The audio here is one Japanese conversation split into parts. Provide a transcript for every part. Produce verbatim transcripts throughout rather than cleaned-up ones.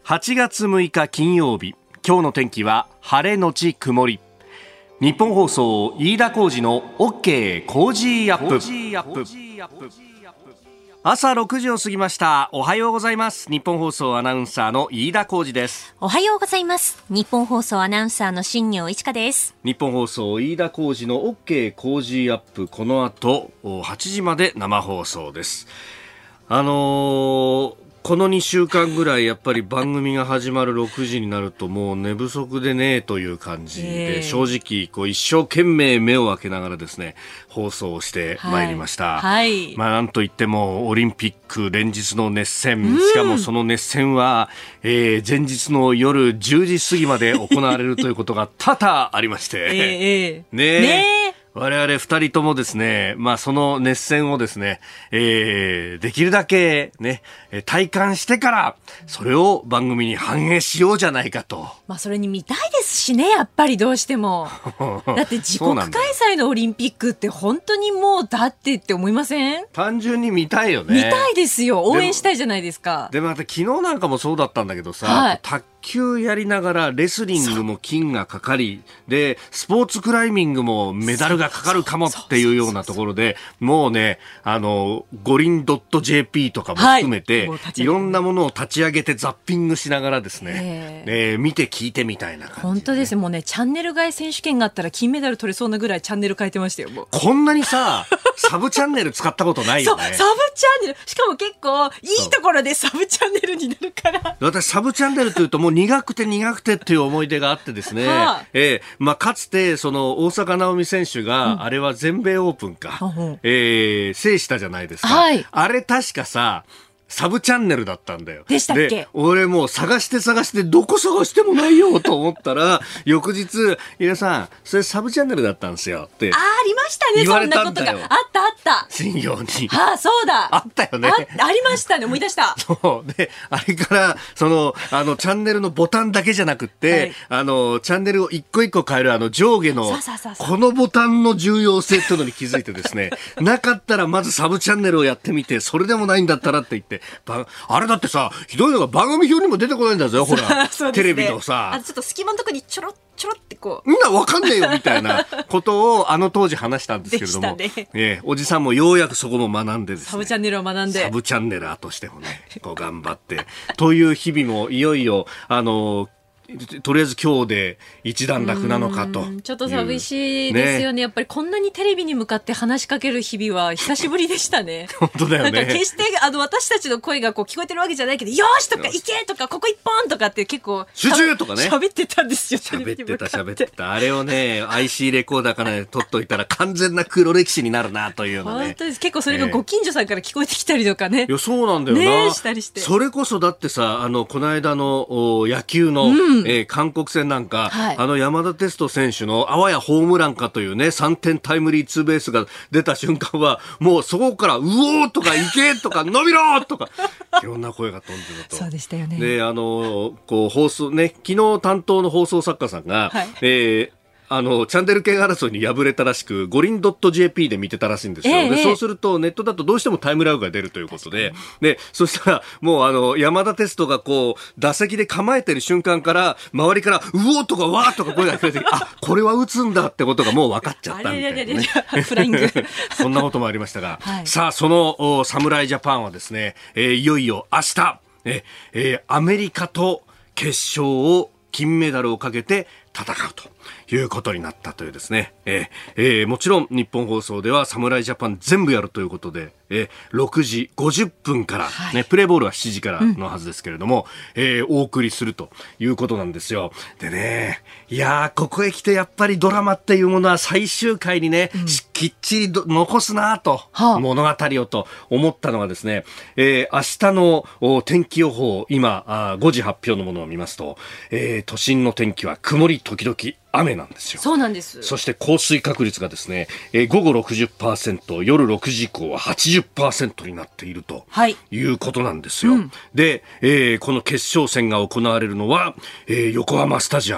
はちがつむいか金曜日、今日の天気は晴れのち曇り。日本放送飯田浩司の OK コージーアップ。朝ろくじを過ぎました。おはようございます。日本放送アナウンサーの飯田浩司です。 おはようございます。日本放送アナウンサーの新業一華です。 日本放送飯田浩司の OK コージーアップ、この後はちじまで生放送です。あのーこのにしゅうかんぐらいやっぱり番組が始まるろくじになるともう寝不足でねという感じで、正直こう一生懸命目を開けながらですね放送をしてまいりました、はいはい、まあなんといってもオリンピック連日の熱戦、うん、しかもその熱戦は、えー、前日の夜じゅうじ過ぎまで行われるということが多々ありまして、えー、ねえねえ我々二人ともですね、まあその熱戦をですね、えー、できるだけね、体感してから、それを番組に反映しようじゃないかと。 まあそれに見たいですしね、やっぱりどうしても。だって自国開催のオリンピックって本当にもうだってって思いません？ 単純に見たいよね。 見たいですよ。応援したいじゃないですか。 でも、でもまた昨日なんかもそうだったんだけどさ、はい、卓球やりながらレスリングも金がかかり、で、スポーツクライミングもメダルがかかるかもっていうようなところで、もうね、あの、五輪 .jp とかも含めて、はい、いろんなものを立ち上げてザッピングしながらですね、えー、見て聞いてみたいな感じ、ね。 本当です。もうね、チャンネル替え選手権があったら金メダル取れそうなぐらいチャンネル変えてましたよ、もう。 こんなにさ、サブチャンネル使ったことないよね。 そう、サブチャンネル。しかも結構、いいところでサブチャンネルになるから。 私、サブチャンネルというともう苦くて苦くてっていう思い出があってですね、はあえーまあ、かつてその大坂なおみ選手が、うん、あれは全米オープンか、うん、えー、制したじゃないですか、はい、あれ確かさサブチャンネルだったんだよ。 でしたっけ？ で、俺もう探して探してどこ探してもないよと思ったら、翌日、皆さん、それサブチャンネルだったんですよって。 あ、ありましたね、 言われたんだよ。 そんなことが。あったあった。 信用に。 はあ、そうだ。 あったよね。 あ、ありましたね、思い出した。 そう。で、あれから、その、あの、チャンネルのボタンだけじゃなくって、はい、あの、チャンネルを一個一個変えるあの上下の、そうそうそうそう、このボタンの重要性っていうのに気づいてですね、なかったらまずサブチャンネルをやってみて、それでもないんだったらって言って、あれだってさ、ひどいのが番組表にも出てこないんだぞ、ほら、ね、テレビのさ、 あ、ちょっと隙間のとこにちょろちょろってこう、 みんなわかんねえよみたいなことをあの当時話したんですけれども、ねえー、おじさんもようやくそこも学んでですね、 サブチャンネルを学んで、 サブチャンネラーとしてもね、こう頑張ってという日々もいよいよあのとりあえず今日で一段落なのかと。 ちょっと寂しいですよね。やっぱりこんなにテレビに向かって話しかける日々は久しぶりでしたね。 本当だよね。 なんか決してあの私たちの声がこう聞こえてるわけじゃないけど、よーしとか行けとかここ一本とかって結構集中とかね。 喋ってたんですよ。 喋ってた喋ってた。あれをね アイシー レコーダーからね撮っといたら完全な黒歴史になるなというのね。 本当です。結構それがご近所さんから聞こえてきたりとかね。 いやそうなんだよな。 ねしたりして。 それこそだってさあのこの間の野球の、うんえー、韓国戦なんか、はい、あの山田哲人選手のあわやホームランかというねさんてんタイムリーツーベースが出た瞬間はもうそこからうおーとかいけとか伸びろとかいろんな声が飛んでたと。 そうでしたよね。 であのこう放送ね昨日担当の放送作家さんが、はいえーあの、チャンネル権争いに敗れたらしく、五輪 .jp で見てたらしいんですよ。ええ、で、そうすると、ネットだとどうしてもタイムラグが出るということで、で、そしたら、もうあの、山田哲人がこう、打席で構えてる瞬間から、周りから、うおーとかわーとか声が聞こえて、あ、これは打つんだってことがもう分かっちゃったみたいな、ね。 フライング。 そんなこともありましたが、はい、さあ、その、侍ジャパンはですね、えー、いよいよ明日、えー、アメリカと決勝を、金メダルをかけて戦うということになったというですね、えーえー、もちろん日本放送では侍ジャパン全部やるということで、えー、ろくじごじゅっぷんから、はいね、プレーボールはしちじからのはずですけれども、うんえー、お送りするということなんですよ。でね、いやーここへ来てやっぱりドラマっていうものは最終回にね、うん、きっちり残すなと、はあ、物語をと思ったのがですね、えー、明日の天気予報今あごじ発表のものを見ますと、えー、都心の天気は曇り時々雨なんですよ。 そうなんです。 そして降水確率がですね、えー、午後 ろくじゅっパーセント、夜ろくじ以降は はちじゅっパーセント になっているということなんですよ。はいうん、で、えー、この決勝戦が行われるのは、えー、横浜スタジアム。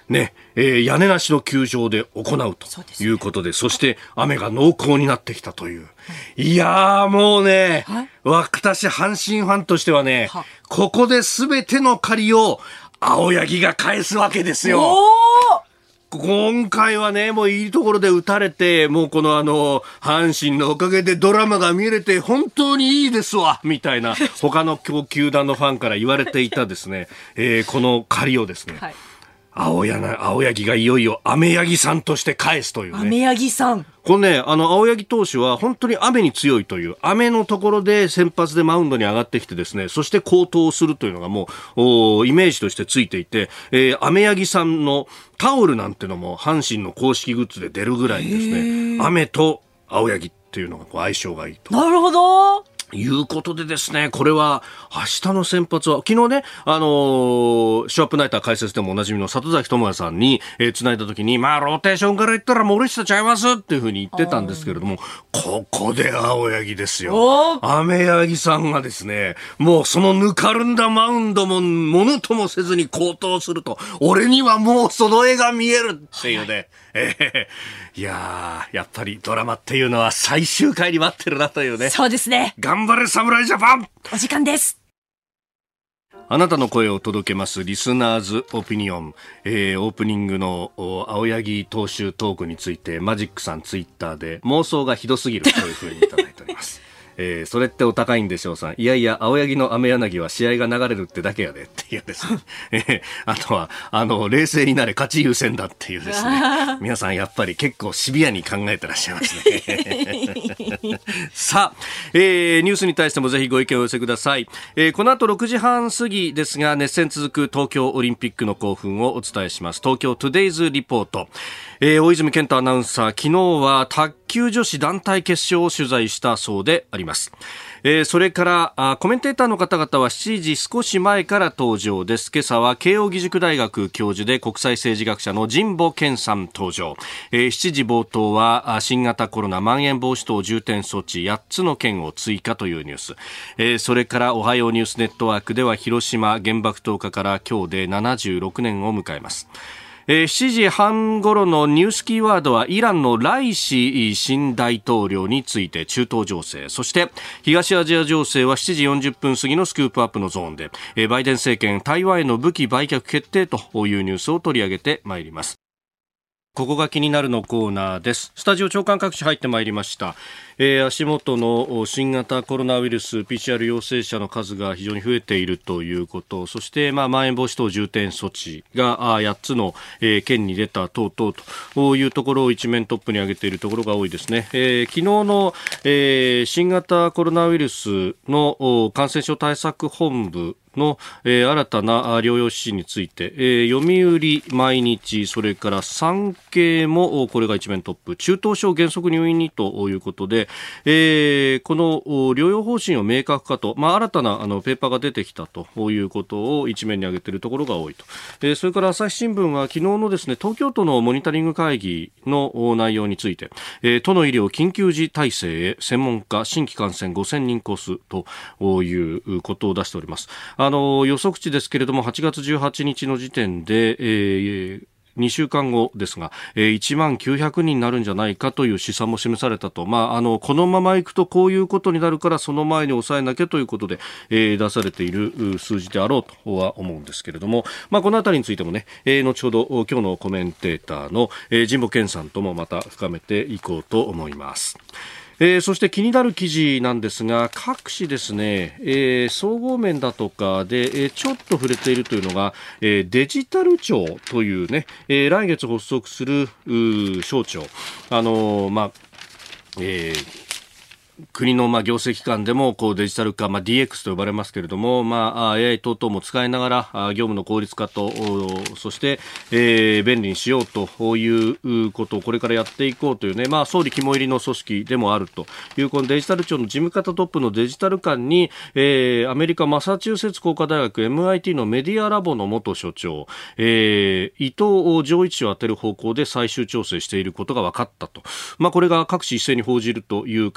ね、えー、屋根なしの球場で行うということで、そして雨が濃厚になってきたという。いやーもうね、私阪神ファンとしてはね、ここで全ての借りを青柳が返すわけですよ。今回はね、もういいところで打たれて、もうこのあの、阪神のおかげでドラマが見れて本当にいいですわみたいな、他の球団のファンから言われていたですね、えー、この借りをですね、はい、青柳、青柳がいよいよ雨柳さんとして返すというね。 雨柳さん。 このね、あの、青柳投手は本当に雨に強いという、雨のところで先発でマウンドに上がってきてですね、そして好投するというのがもう、イメージとしてついていて、えー、雨柳さんのタオルなんてのも阪神の公式グッズで出るぐらいにですね、雨と青柳っていうのがこう相性がいいと。 なるほど。 いうことでですね、これは明日の先発は昨日ね、あのー、ショーアップナイター解説でもおなじみの里崎智也さんに、えー、繋いだ時に、まあローテーションから言ったら森下ちゃいますっていうふうに言ってたんですけれども、ここで青柳ですよ。雨柳さんがですね、もうそのぬかるんだマウンドもものともせずに好投すると、俺にはもうその絵が見えるっていうね。えー、いやー、やっぱりドラマっていうのは最終回に待ってるなというね。 そうですね。 頑張れ侍ジャパン。 お時間です。 あなたの声を届けますリスナーズオピニオン、えー、オープニングの青柳投手トークについてマジックさんツイッターで妄想がひどすぎるというふうにいただいておりますえー、それってお高いんでしょうさん。いやいや、青柳の雨柳は試合が流れるってだけやでっていうですね。えー、あとは、あの、冷静になれ勝ち優先だっていうですね。皆さんやっぱり結構シビアに考えてらっしゃいますね。さあ、えー、ニュースに対してもぜひご意見をお寄せください。えー、この後ろくじはん過ぎですが、熱戦続く東京オリンピックの興奮をお伝えします。東京トゥデイズリポート。えー、大泉健太アナウンサー、昨日は卓球女子団体決勝を取材したそうであります。えー、それからあコメンテーターの方々はしちじ少し前から登場です。今朝は慶應義塾大学教授で国際政治学者の神保健さん登場。えー、しちじ冒頭は新型コロナまん延防止等重点措置やっつの県を追加というニュース。えー、それからおはようニュースネットワークでは広島原爆投下から今日でななじゅうろくねんを迎えます。えー、しちじはん頃のニュースキーワードはイランのライシ新大統領について中東情勢、そして東アジア情勢はしちじよんじゅっぷん過ぎのスクープアップのゾーンで、えー、バイデン政権台湾への武器売却決定というニュースを取り上げてまいります。ここが気になるのコーナーです。スタジオ長官各地入ってまいりました。えー、足元の新型コロナウイルス ピーシーアール 陽性者の数が非常に増えているということ、そして、まあ、まん延防止等重点措置がやっつの、えー、県に出た等々というところを一面トップに挙げているところが多いですね。えー、昨日の、えー、新型コロナウイルスの感染症対策本部の、えー、新たな療養指示について、えー、読売毎日、それから産経もこれが一面トップ、中等症原則入院にということで、えー、この療養方針を明確化と、まあ、新たなあのペーパーが出てきたということを一面に挙げているところが多いと。えー、それから朝日新聞は昨日のですね、東京都のモニタリング会議の内容について、えー、都の医療緊急時体制へ専門家新規感染ごせんにんコースということを出しております。あの予測値ですけれどもはちがつじゅうはちにちの時点で、えーにしゅうかんごですが、えー、いちまんきゅうひゃくにんになるんじゃないかという試算も示されたと、まあ、あのこのままいくとこういうことになるからその前に抑えなきゃということで、えー、出されている数字であろうとは思うんですけれども、まあ、このあたりについてもね、えー、後ほど今日のコメンテーターの、えー、神保健さんともまた深めていこうと思います。えー、そして気になる記事なんですが各紙ですね、えー、総合面だとかで、えー、ちょっと触れているというのが、えー、デジタル庁というね、えー、来月発足する省庁、あのー、まあ、えー国のまあ行政機関でもこうデジタル化、まあ、ディーエックス と呼ばれますけれども、まあ、エーアイ 等々も使いながら業務の効率化とそして、えー、便利にしようということをこれからやっていこうというね、まあ、総理肝入りの組織でもあるというこのデジタル庁の事務方トップのデジタル官に、えー、アメリカマサチューセッツ工科大学 エムアイティー のメディアラボの元所長、えー、伊藤浄一氏を当てる方向で最終調整していることが分かったと、まあ、これが各紙一斉に報じるという形に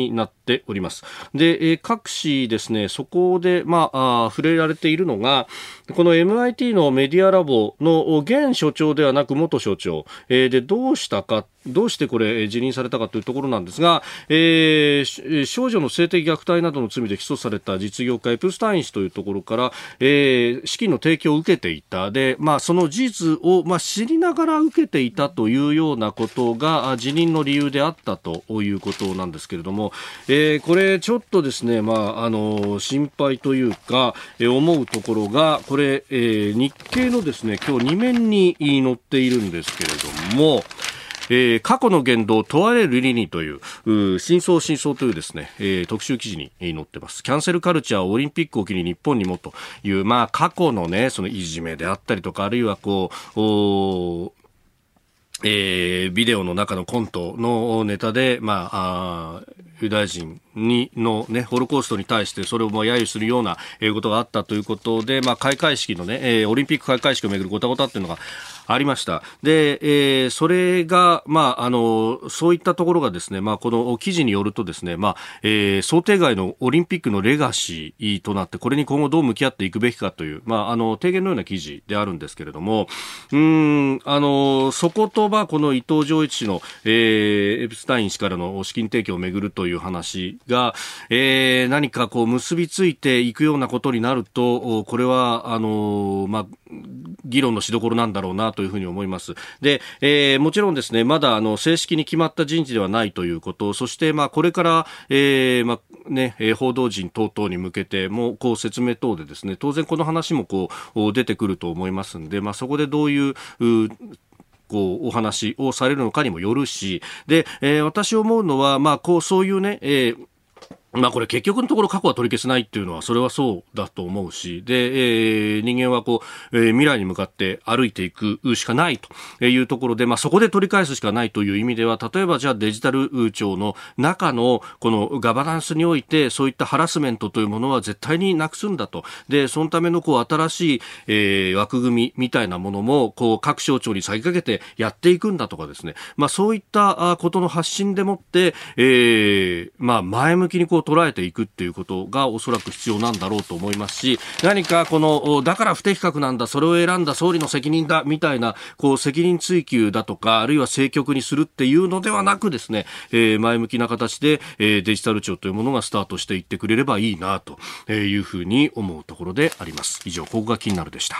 になっております。で、えー、各紙ですね、そこで、まあ、あ触れられているのが、この エムアイティー のメディアラボの現所長ではなく元所長、えー、でどうしたか、どうしてこれ辞任されたかというところなんですが、えー、少女の性的虐待などの罪で起訴された実業家エプスタイン氏というところから、えー、資金の提供を受けていた。で、まあ、その事実を、まあ、知りながら受けていたというようなことが辞任の理由であったということなんですけれども、えー、これちょっとですね、まあ、あの心配というか、えー、思うところがこれ、えー、日経のですね今日に面に載っているんですけれども、えー、過去の言動問われる理にという、う真相真相というですね、えー、特集記事に載ってます。キャンセルカルチャーオリンピックを機に日本にもという、まあ、過去のね、そのいじめであったりとか、あるいはこう、えー、ビデオの中のコントのネタで、まあ、あユダヤ人にの、ね、ホロコーストに対してそれをまあ揶揄するようなことがあったということで、まあ、開会式のね、えー、オリンピック開会式をめぐるごたごたっていうのがありました。で、えー、それが、まあ、あの、そういったところがですね、まあ、この記事によるとですね、まあ、えー、想定外のオリンピックのレガシーとなって、これに今後どう向き合っていくべきかという、まあ、あの、提言のような記事であるんですけれども、うーん、あの、そこと、まあ、この伊藤浄一氏の、えー、エプスタイン氏からの資金提供をめぐるという話が、えー、何かこう結びついていくようなことになると、これは、あの、まあ、議論のしどころなんだろうなというふうに思います。で、えー、もちろんですね、まだあの正式に決まった人事ではないということ、そしてまあこれから、えー、まあね、報道陣等々に向けてもこう説明等でですね、当然この話もこう出てくると思いますんで、まあそこでどういう、うこうお話をされるのかにもよるし、で、えー、私思うのは、まあこうそういうね、えーまあこれ結局のところ過去は取り消せないっていうのはそれはそうだと思うし、で、えー、人間はこう、えー、未来に向かって歩いていくしかないというところで、まあそこで取り返すしかないという意味では、例えばじゃあデジタル庁の中のこのガバナンスにおいてそういったハラスメントというものは絶対になくすんだと。で、そのためのこう新しい、えー、枠組みみたいなものもこう各省庁に先駆けてやっていくんだとかですね。まあそういったことの発信でもって、えー、まあ前向きにこう捉えていくっていうことがおそらく必要なんだろうと思いますし、何かこのだから不適格なんだ、それを選んだ総理の責任だみたいなこう責任追及だとか、あるいは政局にするっていうのではなくですね、えー、前向きな形で、えー、デジタル庁というものがスタートしていってくれればいいなというふうに思うところであります。以上、ここが気になるでした。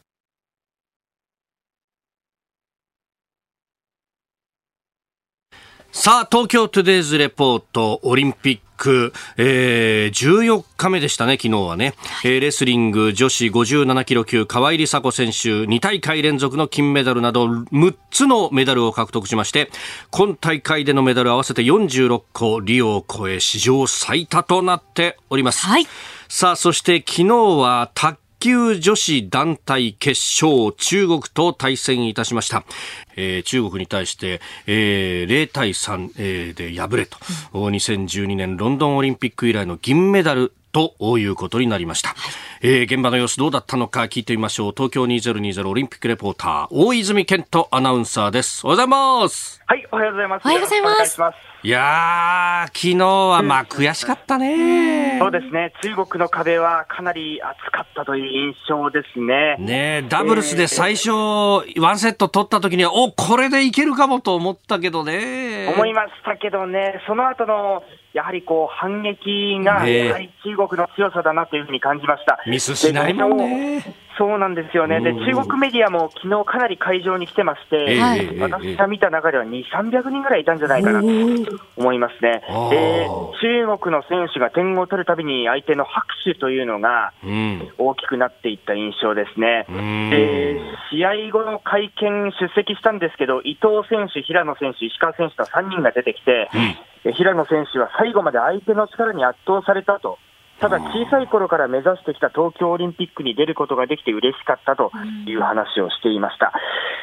さあ、東京トゥデイズレポートオリンピック、えー、じゅうよっかめでしたね、昨日はね、えー、レスリング女子ごじゅうななキロ級川井梨紗子選手に大会連続の金メダルなどむっつのメダルを獲得しまして、今大会でのメダル合わせてよんじゅうろっこ、リオを超え史上最多となっております、はい、さあそして昨日は卓球女子団体決勝、中国と対戦いたしました。えー、中国に対して、えー、ゼロたいさん、えー、で敗れと、うん、にせんじゅうにねんロンドンオリンピック以来の銀メダルということになりました、えー、現場の様子どうだったのか聞いてみましょう。東京にせんにじゅうオリンピックレポーター大泉健人アナウンサーです。おはようございます。 はい、おはようございます。 おはようございます。 いやー、昨日はまあ悔しかったね。 そうですね、中国の壁はかなり厚かったという印象ですね。 ね、ダブルスで最初、えー、ワンセット取った時にはおこれでいけるかもと思ったけどね。 思いましたけどね、その後のやはりこう反撃がやはり中国の強さだなというふうに感じました。 ミスしないもんね。 そうなんですよね。で、中国メディアも昨日かなり会場に来てまして、えー、私が見た中ではにひゃく、さんびゃくにんぐらいいたんじゃないかなと思いますね。で、中国の選手が点を取るたびに相手の拍手というのが大きくなっていった印象ですね。で、試合後の会見出席したんですけど、伊藤選手、平野選手、石川選手とさんにんが出てきて、うん、平野選手は最後まで相手の力に圧倒されたと。ただ小さい頃から目指してきた東京オリンピックに出ることができて嬉しかったという話をしていました。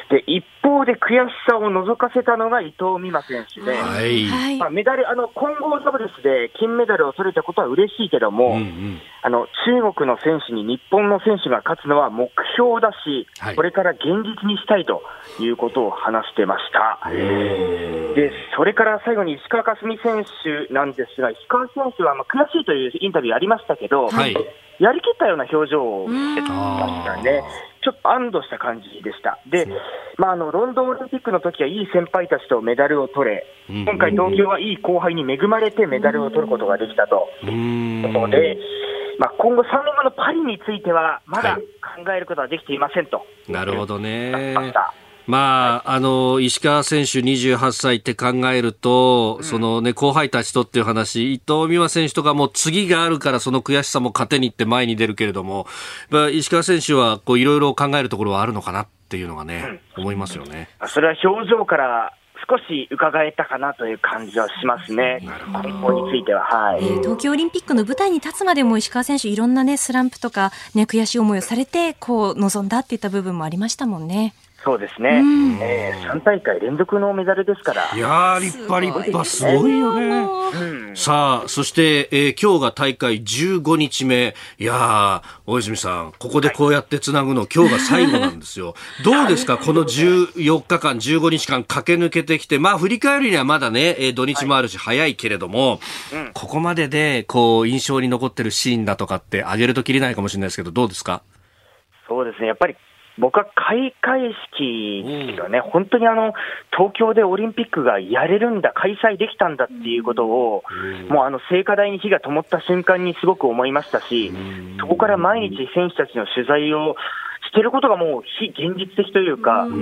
で一方で悔しさを覗かせたのが伊藤美誠選手で、はいまあ、メダルあの混合ダブルスで金メダルを取れたことは嬉しいけども、うんうん、あの中国の選手に日本の選手が勝つのは目標だし、はい、これから現実にしたいということを話してました。でそれから最後に石川佳純選手なんですが、石川選手はまあ悔しいというインタビューありましたけど、はい、やりきったような表情をしてましたね。ちょっと安堵した感じでした。で、まあ、あのロンドンオリンピックの時はいい先輩たちとメダルを取れ、今回東京はいい後輩に恵まれてメダルを取ることができたということで、まあ、今後さんねんごのパリについてはまだ考えることはできていませんと、はい、 なるほどね。まあ、あの、石川選手にじゅうはっさいって考えると、うん、そのね、後輩たちとっていう話、伊藤美誠選手とかも次があるからその悔しさも糧にって前に出るけれども、石川選手はこういろいろ考えるところはあるのかなっていうのがね、うん、思いますよね。 それは表情から少し伺えたかなという感じはしますね。今後については、はいえー、東京オリンピックの舞台に立つまでも石川選手いろんなねスランプとかね悔しい思いをされてこう臨んだっていった部分もありましたもんね。 そうですね、うんえー、さん大会連続のメダルですから。 いやー立派立派すごいよね、うん、さあそして、えー、今日が大会じゅうごにちめ。いやー大泉さんここでこうやってつなぐの、はい、今日が最後なんですよ。どうですかこのじゅうよっかかんじゅうごにちかん駆け抜けてきて、まあ振り返るにはまだね、えー、土日もあるし早いけれども、はいうん、ここまででこう印象に残ってるシーンだとかって挙げるときりないかもしれないですけどどうですか。 そうですねやっぱり僕は開会式ですよね、うん、本当にあの東京でオリンピックがやれるんだ、開催できたんだっていうことを、うん、もうあの聖火台に火が灯った瞬間にすごく思いましたし、うん、そこから毎日選手たちの取材をしていることがもう非現実的というか、うん、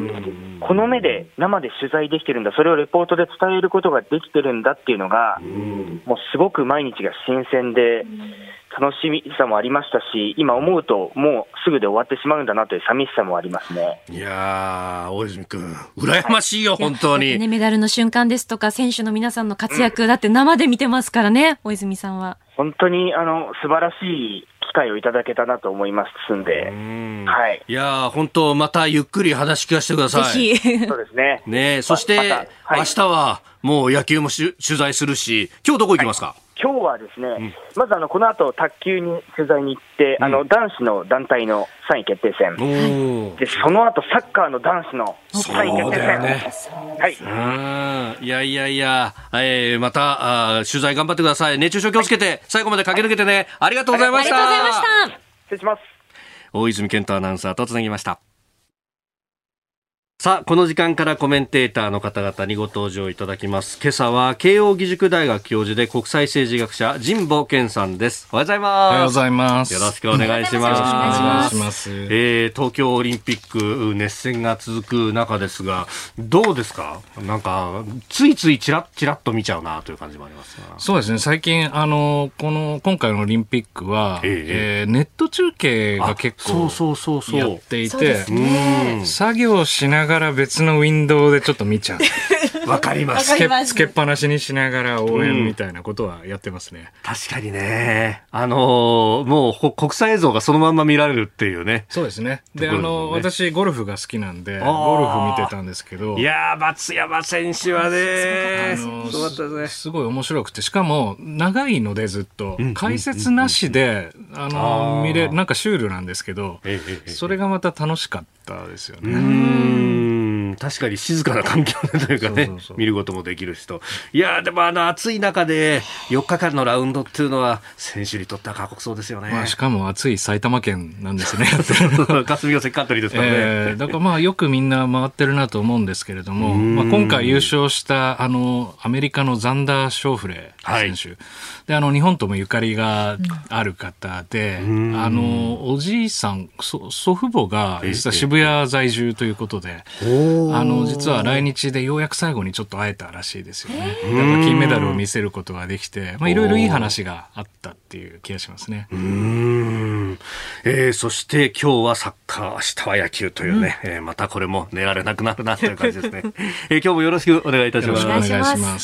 この目で生で取材できてるんだ、それをレポートで伝えることができてるんだっていうのが、うん、もうすごく毎日が新鮮で、楽しみさもありましたし、今思うともうすぐで終わってしまうんだなという寂しさもありますね。 いやー大泉君羨ましいよ、はい、本当に、 ね、メダルの瞬間ですとか選手の皆さんの活躍、うん、だって生で見てますからね大泉さんは。 本当にあの素晴らしい機会をいただけたなと思いますんで、うんはい、 いや本当またゆっくり話聞かせてください。 ぜひそうですね。 ねそして、ままはい、明日はもう野球もし取材するし、今日どこ行きますか。はい今日はですね、うん、まずあのこの後卓球に取材に行って、うん、あの男子の団体のさんい決定戦で、その後サッカーの男子のさんい決定戦、ねはい、いやいやいや、えー、またあ取材頑張ってください。熱中症気をつけて、はい、最後まで駆け抜けてね。ありがとうございました。 ありがとうございました。 失礼します。 大泉健太アナウンサーとつなぎました。さあこの時間からコメンテーターの方々にご登場いただきます。今朝は慶應義塾大学教授で国際政治学者神保健さんです。おはようございます。 おはようございます。 よろしくお願いします。よろしくお願いします。 えー、東京オリンピック熱戦が続く中ですがどうですか。なんかついついチラッチラッと見ちゃうなという感じもありますが。 そうですね最近あのこの今回のオリンピックは、えーえー、ネット中継が結構やっていて、作業しながらから別のウィンドウでちょっと見ちゃう。 わかります。 つけ、つけっぱなしにしながら応援みたいなことはやってますね。 うん、確かにね。あのー、もう国際映像がそのまんま見られるっていうね。 そうですね。で、ね、あの私ゴルフが好きなんでゴルフ見てたんですけど。 いやー松山選手はね。 すごかったですね。すごい面白くて、しかも長いのでずっと解説なしであの見れなんかシュールなんですけど、それがまた楽しかったですよね。 うーん確かに静かな環境でというかね、そうそうそう見ることもできる人。いやでもあの暑い中でよっかかんのラウンドっていうのは選手にとっては過酷そうですよね。 まあ、しかも暑い埼玉県なんですね。 霞ヶ関カントリーですからね、 えー、だからまあよくみんな回ってるなと思うんですけれども、まあ、今回優勝したあのアメリカのザンダー・ショーフレー選手、はい、であの日本ともゆかりがある方で、あのおじいさん祖父母が実は渋谷在住ということで、あの実は来日でようやく最後にちょっと会えたらしいですよね。だから金メダルを見せることができて、まあ、いろいろいい話があったっていう気がしますね。 うーん、えー、そして今日はサッカー、明日は野球というね、うんえー、またこれも寝られなくなるなという感じですね。えー、今日もよろしくお願いいたします。 よろしくお願いします。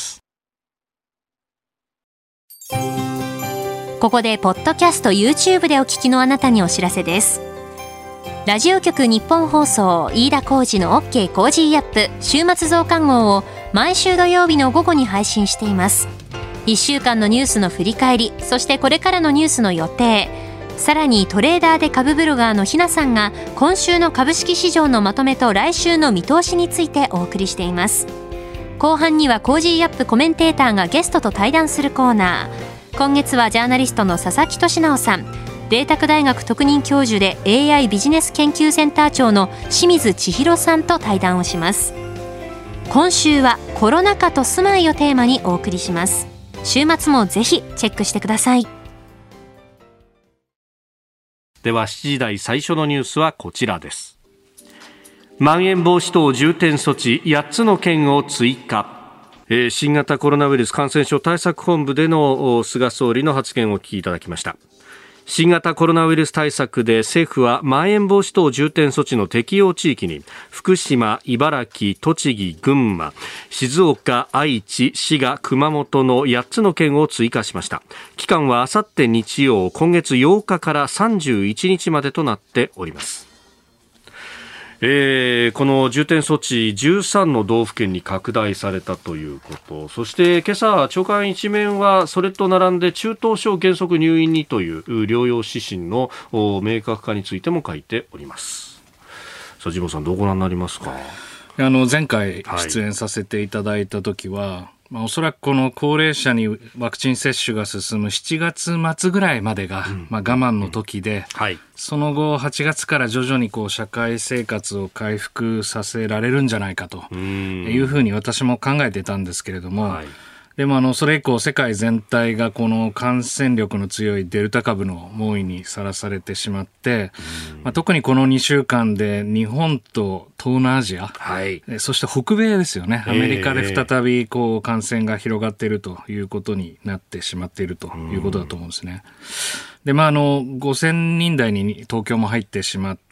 ここでポッドキャスト YouTube でお聞きのあなたにお知らせです。 ラジオ局日本放送飯田浩司の OK コージーアップ週末増刊号を毎週土曜日の午後に配信しています。いっしゅうかんのニュースの振り返り、そしてこれからのニュースの予定、さらにトレーダーで株ブロガーのひなさんが今週の株式市場のまとめと来週の見通しについてお送りしています。後半にはコージーアップコメンテーターがゲストと対談するコーナー。今月はジャーナリストの佐々木俊直さん、麗澤大学特任教授で エーアイ ビジネス研究センター長の清水千尋さんと対談をします。今週はコロナ禍と住まいをテーマにお送りします。週末もぜひチェックしてください。 ではしちじ台最初のニュースはこちらです。まん延防止等重点措置やっつの県を追加。えー、新型コロナウイルス感染症対策本部での菅総理の発言をお聞きいただきました。新型コロナウイルス対策で政府はまん延防止等重点措置の適用地域に福島、茨城、栃木、群馬、静岡、愛知、滋賀、熊本のやっつの県を追加しました。期間はあさって日曜、今月ようかからさんじゅういちにちまでとなっております。えー、この重点措置じゅうさんの道府県に拡大されたということ、そして今朝朝刊一面はそれと並んで中等症原則入院にという療養指針の明確化についても書いております。さあ、ジモさんどうご覧になりますか。 あの前回出演させていただいた時は、はい、まあ、おそらくこの高齢者にワクチン接種が進むしちがつまつぐらいまでが、うん、まあ、我慢の時で、うん、はい、その後はちがつから徐々にこう社会生活を回復させられるんじゃないかというふうに私も考えてたんですけれども、はい、でもあのそれ以降世界全体がこの感染力の強いデルタ株の猛威にさらされてしまって、まあ、特にこのにしゅうかんで日本と東南アジア、はい、そして北米ですよね、アメリカで再びこう感染が広がっているということになってしまっているということだと思うんですね。で、まあ、あの、ごせんにん台に東京も入ってしまって、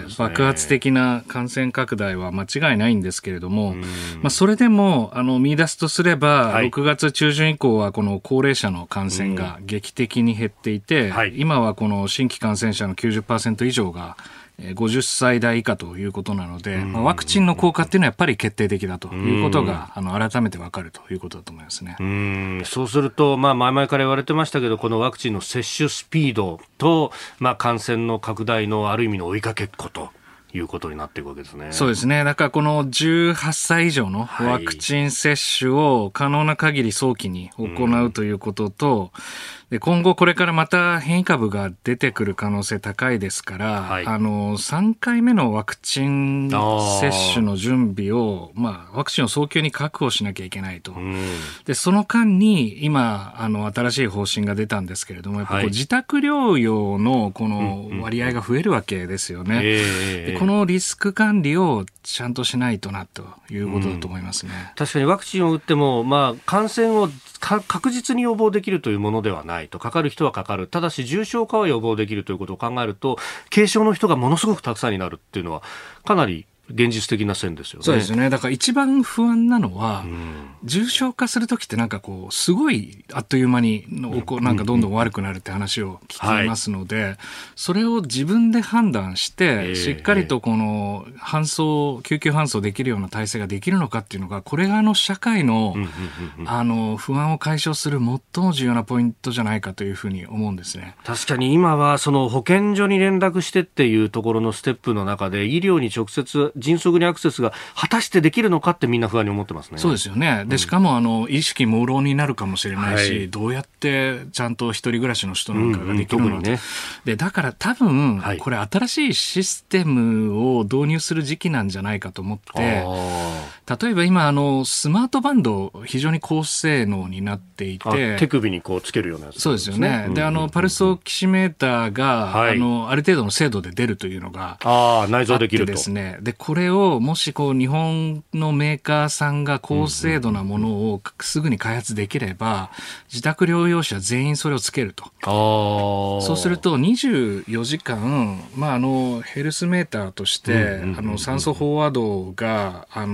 爆発的な感染拡大は間違いないんですけれども、まあ、それでも、あの、見出すとすれば、はい、ろくがつちゅうじゅん以降はこの高齢者の感染が劇的に減っていて、はい、今はこの新規感染者の きゅうじゅっパーセント 以上が、ごじゅっさい代以下ということなので、まあ、ワクチンの効果っていうのはやっぱり決定的だということが、あの改めてわかるということだと思いますね。 うーん、そうすると、まあ、前々から言われてましたけど、このワクチンの接種スピードと、まあ、感染の拡大のある意味の追いかけっこということになっていくわけですね。 そうですね。だからこのじゅうはっさい以上のワクチン接種を可能な限り早期に行うということと、で今後これからまた変異株が出てくる可能性高いですから、はい、あのさんかいめのワクチン接種の準備を、まあ、ワクチンを早急に確保しなきゃいけないと。でその間に今あの新しい方針が出たんですけれども、やっぱこう、はい、自宅療養のこの割合が増えるわけですよね。うんうん、でこのリスク管理をちゃんとしないとなということだと思いますね。うん、 確かにワクチンを打っても、まあ、感染を確実に予防できるというものではないと。かかる人はかかる。ただし重症化は予防できるということを考えると、軽症の人がものすごくたくさんになるっていうのはかなり現実的な線ですよね。 そうですよね。だから一番不安なのは、うん、重症化するときってなんかこうすごいあっという間にのこうなんかどんどん悪くなるって話を聞きますので、はい、それを自分で判断して、えー、しっかりとこの搬送救急搬送できるような体制ができるのかっていうのが、これがあの社会の、うんうんうん、あの不安を解消する最も重要なポイントじゃないかというふうに思うんですね。 確かに今はその保健所に連絡してっていうところのステップの中で、医療に直接迅速にアクセスが果たしてできるのかってみんな不安に思ってますね。 そうですよね。でしかもあの意識朦朧になるかもしれないし、はい、どうやってちゃんと一人暮らしの人なんかができるのか、うんうんね、でだから多分、はい、これ新しいシステムを導入する時期なんじゃないかと思って、例えば今あのスマートバンド非常に高性能になっていて、 手首にこうつけるようなやつ、ね、 そうですよね。であのパルスオキシメーターが、はい、あのある程度の精度で出るというのがあ内蔵できるとですね。でこれをもしこう日本のメーカーさんが高精度なものをすぐに開発できれば、自宅療養者全員それをつけると。あそうするとにじゅうよじかん、まあ、あのヘルスメーターとして、うんうんうんうん、あの酸素飽和度があの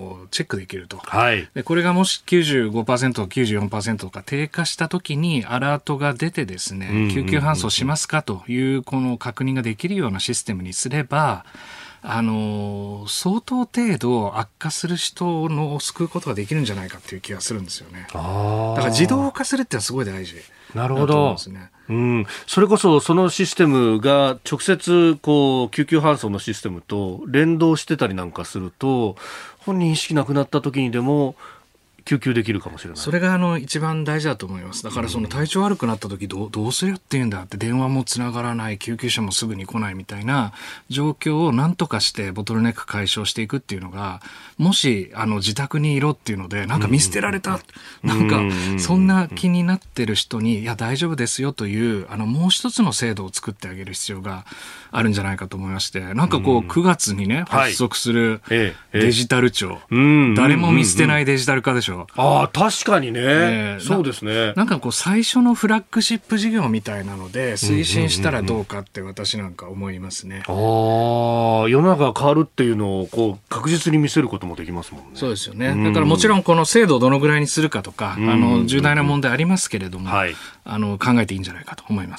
のチェックできると、 はい、 でこれがもし きゅうじゅうごパーセント、きゅうじゅうよんパーセント とか低下したときにアラートが出てですね、うんうんうんうん、救急搬送しますかというこの確認ができるようなシステムにすれば、あの相当程度悪化する人のを救うことができるんじゃないかっていう気がするんですよね。 あだから自動化するってのはすごい大事。 なるほど、ね、うん、それこそそのシステムが直接こう救急搬送のシステムと連動してたりなんかすると、本人意識なくなった時にでも救急できるかもしれない。 それがあの一番大事だと思います。だからその体調悪くなった時どう、どうするよっていうんだって、電話もつながらない、救急車もすぐに来ないみたいな状況を何とかしてボトルネック解消していくっていうのが、もしあの自宅にいろっていうのでなんか見捨てられた、うん、なんかそんな気になってる人にいや大丈夫ですよというあのもう一つの制度を作ってあげる必要があるんじゃないかと思いまして、なんかこうくがつにね発足するデジタル庁、はいええ、誰も見捨てないデジタル化でしょ。 ああ確かにね、えー、そうですね。 な, なんかこう最初のフラッグシップ事業みたいなので推進したらどうかって私なんか思いますね。 ああ世の中が変わるっていうのをこう確実に見せることもできますもんね。 そうですよね。だからもちろんこの制度をどのぐらいにするかとか、あの重大な問題ありますけれども、はい、あの考えていいんじゃないかと思います。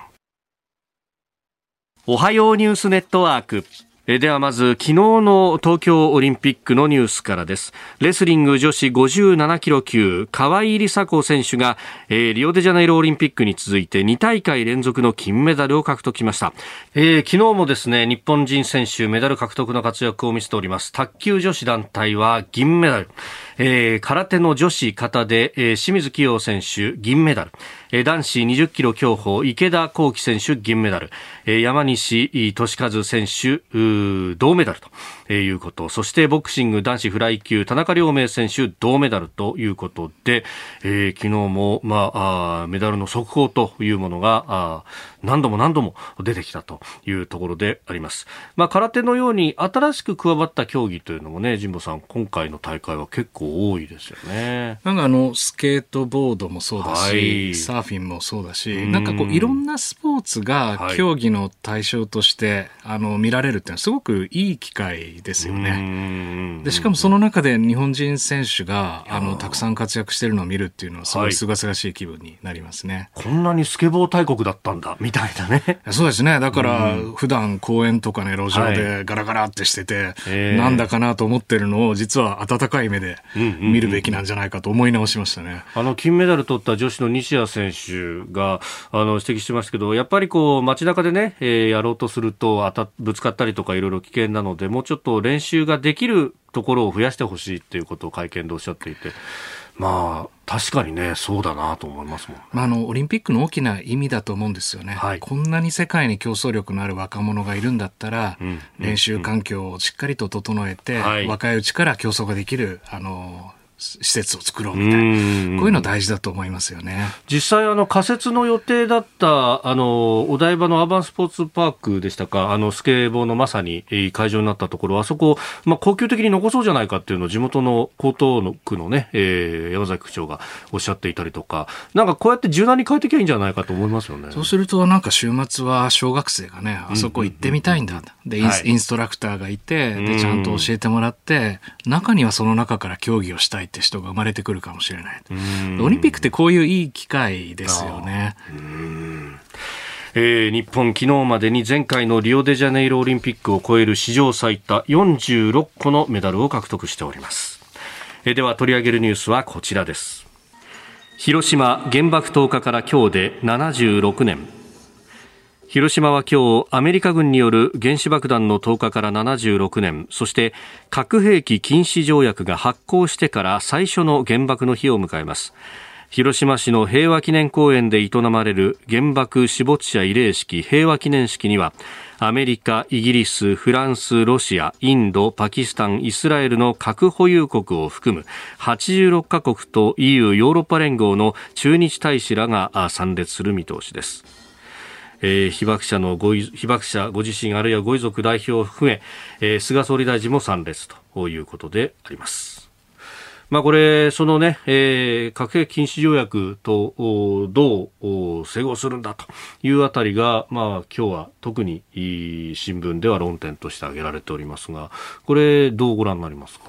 おはようニュースネットワーク。えではまず昨日の東京オリンピックのニュースからです。レスリング女子ごじゅうななキロ級川井梨紗子選手が、えー、リオデジャネイロオリンピックに続いてに大会連続の金メダルを獲得しました。えー、昨日もですね日本人選手メダル獲得の活躍を見せております。卓球女子団体は銀メダル、えー、空手の女子形で、えー、清水希容選手銀メダル、えー、男子にじゅっキロ競歩池田向希選手銀メダル、えー、山西利和選手銅メダルということ。そしてボクシング男子フライ級田中亮明選手銅メダルということで、えー、昨日も、まあ、あメダルの速報というものがあ何度も何度も出てきたというところであります。まあ、空手のように新しく加わった競技というのもね、神保さん今回の大会は結構多いですよね。 なんかあのスケートボードもそうだし、はい、サーフィンもそうだし、んなんかこういろんなスポーツが競技の対象として、はい、あの見られるっていうのはすごくいい機会ですよね。でしかもその中で日本人選手があのたくさん活躍しているのを見るっていうのはすごい清々しい気分になりますね。 はい、こんなにスケボー大国だったんだみたいなね。 そうですね。だから普段公園とかね路上でガラガラってしてて、はい、なんだかなと思ってるのを実は温かい目で見るべきなんじゃないかと思い直しましたね。 あの金メダル取った女子の西矢選手があの指摘してますけど、やっぱりこう街中でね、えー、やろうとすると当たぶつかったりとかいろいろ危険なので、もうちょっと練習ができるところを増やしてほしいということを会見でおっしゃっていて、まあ確かにねそうだなと思いますもん、ね。 まあ、あのオリンピックの大きな意味だと思うんですよね。はい、こんなに世界に競争力のある若者がいるんだったら、うん、練習環境をしっかりと整えて、うん、若いうちから競争ができるあの施設を作ろうみたいな、こういうの大事だと思いますよね。 実際あの仮設の予定だったあのお台場のアーバンスポーツパークでしたか、あのスケボーのまさに会場になったところ、あそこ、まあ、恒久的に残そうじゃないかっていうのを地元の江東区のね、えー、山崎区長がおっしゃっていたりとか、なんかこうやって柔軟に変えていけばいいんじゃないかと思いますよね。 そうするとなんか週末は小学生がねあそこ行ってみたいんだ、うんうんうん、でイン、はい、インストラクターがいてでちゃんと教えてもらって、中にはその中から競技をしたいって人が生まれてくるかもしれない。オリンピックってこういういい機会ですよね。 うん、えー、日本昨日までに前回のリオデジャネイロオリンピックを超える史上最多よんじゅうろっこのメダルを獲得しております。えー、では取り上げるニュースはこちらです。広島原爆投下から今日でななじゅうろくねん。広島は今日アメリカ軍による原子爆弾の投下からななじゅうろくねん、そして核兵器禁止条約が発効してから最初の原爆の日を迎えます。広島市の平和記念公園で営まれる原爆死没者慰霊式平和記念式には、アメリカ、イギリス、フランス、ロシア、インド、パキスタン、イスラエルの核保有国を含むはちじゅうろっかこくと イーユー ヨーロッパ連合の駐日大使らが参列する見通しです。えー、被爆者のご被爆者ご自身あるいはご遺族代表を含め、えー、菅総理大臣も参列ということであります。まあ、これそのね、えー、核兵器禁止条約とどう整合するんだというあたりが、まあ、今日は特に新聞では論点として挙げられておりますが、これどうご覧になりますか。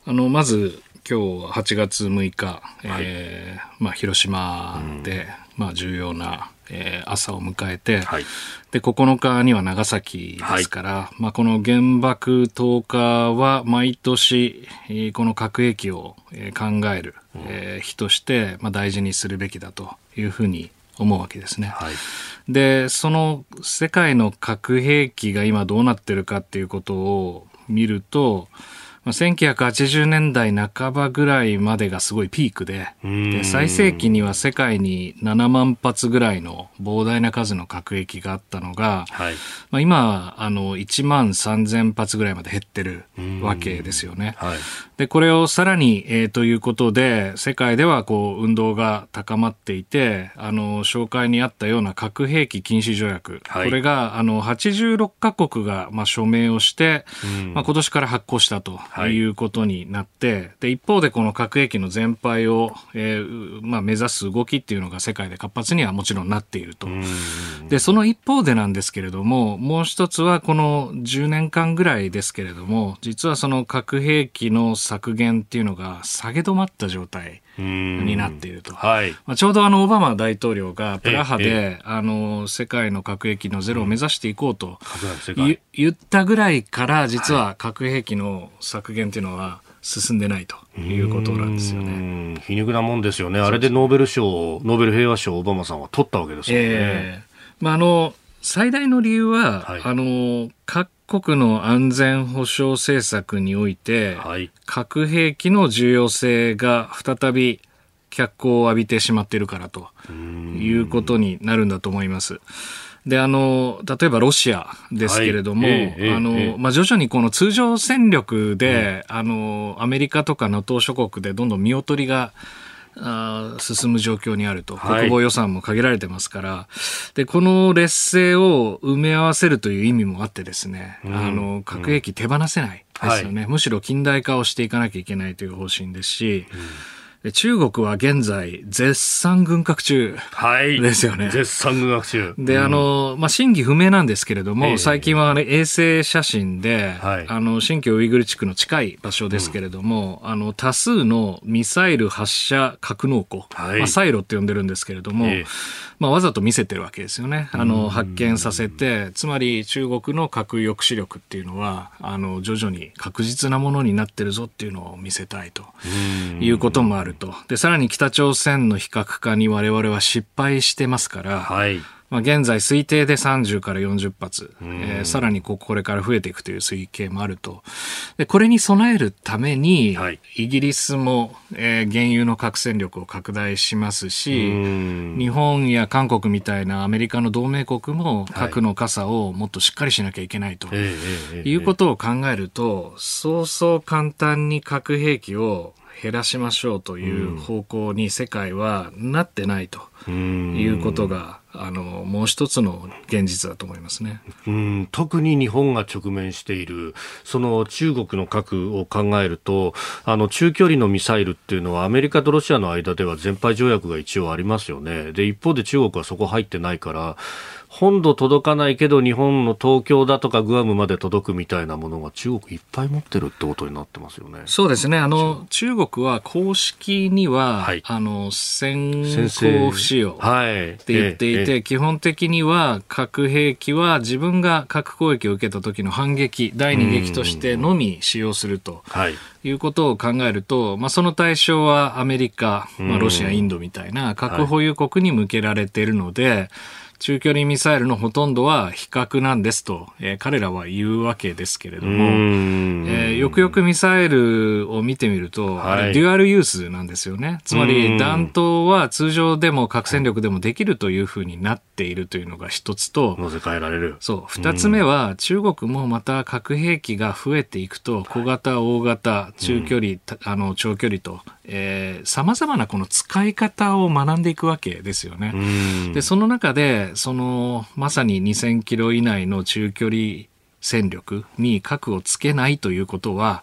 あのまず今日ははちがつむいか、はいえーまあ、広島で、まあ、重要な、えー、朝を迎えて、はい、でここのかには長崎ですから、はいまあ、この原爆投下は毎年、えー、この核兵器を、えー、考える、えー、日として、まあ、大事にするべきだというふうに思うわけですね。はい、でその世界の核兵器が今どうなってるかっていうことを見ると、せんきゅうひゃくはちじゅうねんだいなかばぐらいまでがすごいピーク で, で最盛期には世界にななまんぱつぐらいの膨大な数の核兵器があったのが、はいまあ、今あのいちまんさんぜんぱつぐらいまで減ってるわけですよね。はい、でこれをさらに、えー、ということで世界ではこう運動が高まっていて、あの紹介にあったような核兵器禁止条約、はい、これがあのはちじゅうろっかこくが、まあ、署名をして、まあ、今年から発効したということになって、はい、で一方でこの核兵器の全廃を、えーまあ、目指す動きっていうのが世界で活発にはもちろんなっていると。でその一方でなんですけれども、もう一つはこのじゅうねんかんぐらいですけれども、実はその核兵器の削減っていうのが下げ止まった状態になっていると。はいまあ、ちょうどあのオバマ大統領がプラハであの世界の核兵器のゼロを目指していこうと言ったぐらいから実は核兵器の削減っていうのは進んでないということなんですよね。 うん皮肉なもんですよね。あれでノーベル賞、ノーベル平和賞をオバマさんは取ったわけですよね。えーまあ、あの最大の理由は、はい、あの各国の安全保障政策において、はい、核兵器の重要性が再び脚光を浴びてしまっているからということになるんだと思います。であの例えばロシアですけれども、はいえーえーあのえーまあ、徐々にこの通常戦力で、うん、あのアメリカとか ナトー 諸国でどんどん見劣りがあ進む状況にあると。国防予算も限られてますから、はい、でこの劣勢を埋め合わせるという意味もあってですね、うん、あの核兵器手放せないですよね、はい、むしろ近代化をしていかなきゃいけないという方針ですし、うんで中国は現在絶賛軍拡中ですよね。はい、絶賛軍拡中。で、うん、あの、まあ、真偽不明なんですけれども、えー、最近は、ね、衛星写真で、はい、あの、新疆ウイグル地区の近い場所ですけれども、うん、あの、多数のミサイル発射格納庫、はいまあ、サイロって呼んでるんですけれども、えーまあ、わざと見せてるわけですよね。あの、発見させて、つまり中国の核抑止力っていうのは、あの、徐々に確実なものになってるぞっていうのを見せたいということもある。でさらに北朝鮮の非核化に我々は失敗してますから、はいまあ、現在推定でさんじゅうからよんじゅっぱつ、えー、さらにここれから増えていくという推計もあると。でこれに備えるために、はい、イギリスも、えー、原油の核戦力を拡大しますし、日本や韓国みたいなアメリカの同盟国も核の傘をもっとしっかりしなきゃいけないと、はい、いうことを考えると、そうそう簡単に核兵器を減らしましょうという方向に世界はなってないということが、あのもう一つの現実だと思いますね。 うん特に日本が直面しているその中国の核を考えると、あの中距離のミサイルっていうのはアメリカとロシアの間では全廃条約が一応ありますよね。で一方で中国はそこ入ってないから、本土届かないけど日本の東京だとかグアムまで届くみたいなものが中国いっぱい持ってるってことになってますよね。 そうですね。あの中国は公式には、はい、あの先行不使用って言っていて、はいえええ、基本的には核兵器は自分が核攻撃を受けた時の反撃第二撃としてのみ使用するということを考えると、まあ、その対象はアメリカ、まあ、ロシアインドみたいな核保有国に向けられているので、はい中距離ミサイルのほとんどは非核なんですと、えー、彼らは言うわけですけれども、えー、よくよくミサイルを見てみると、はい、あれデュアルユースなんですよね。つまり弾頭は通常でも核戦力でもできるというふうになっているというのが一つと、 乗せ替えられる。 そう二つ目は中国もまた核兵器が増えていくと小型大型中距離、あの長距離とさまざまなこの使い方を学んでいくわけですよね。でその中でそのまさににせんキロ以内の中距離戦力に核をつけないということは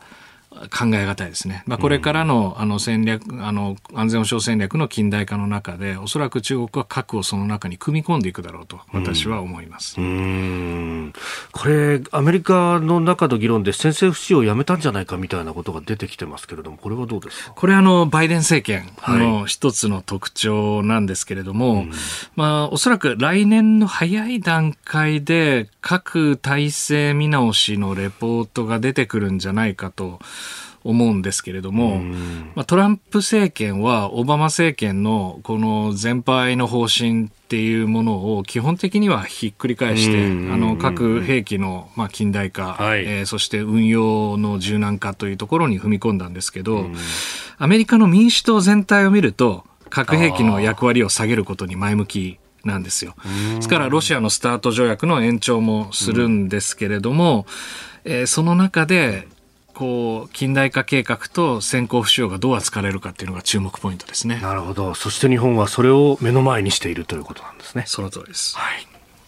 考え難いですね。まあ、これからの、あの戦略、あの安全保障戦略の近代化の中で、おそらく中国は核をその中に組み込んでいくだろうと私は思います。 うん、うーんこれアメリカの中の議論で宣戦布告をやめたんじゃないかみたいなことが出てきてますけれども、これはどうですか。 これはあのバイデン政権の一つの特徴なんですけれども、はい、まあ、おそらく来年の早い段階で核体制見直しのレポートが出てくるんじゃないかと思うんですけれども、まあ、トランプ政権はオバマ政権のこの全廃の方針っていうものを基本的にはひっくり返して、あの核兵器のまあ近代化、はい、えー、そして運用の柔軟化というところに踏み込んだんですけど、アメリカの民主党全体を見ると核兵器の役割を下げることに前向きなんですよ。ですからロシアのスタート条約の延長もするんですけれども、えー、その中でこう近代化計画と先行不使用がどう扱われるかっていうのが注目ポイントですね。 なるほど。そして日本はそれを目の前にしているということなんですね。 その通りです。 はい。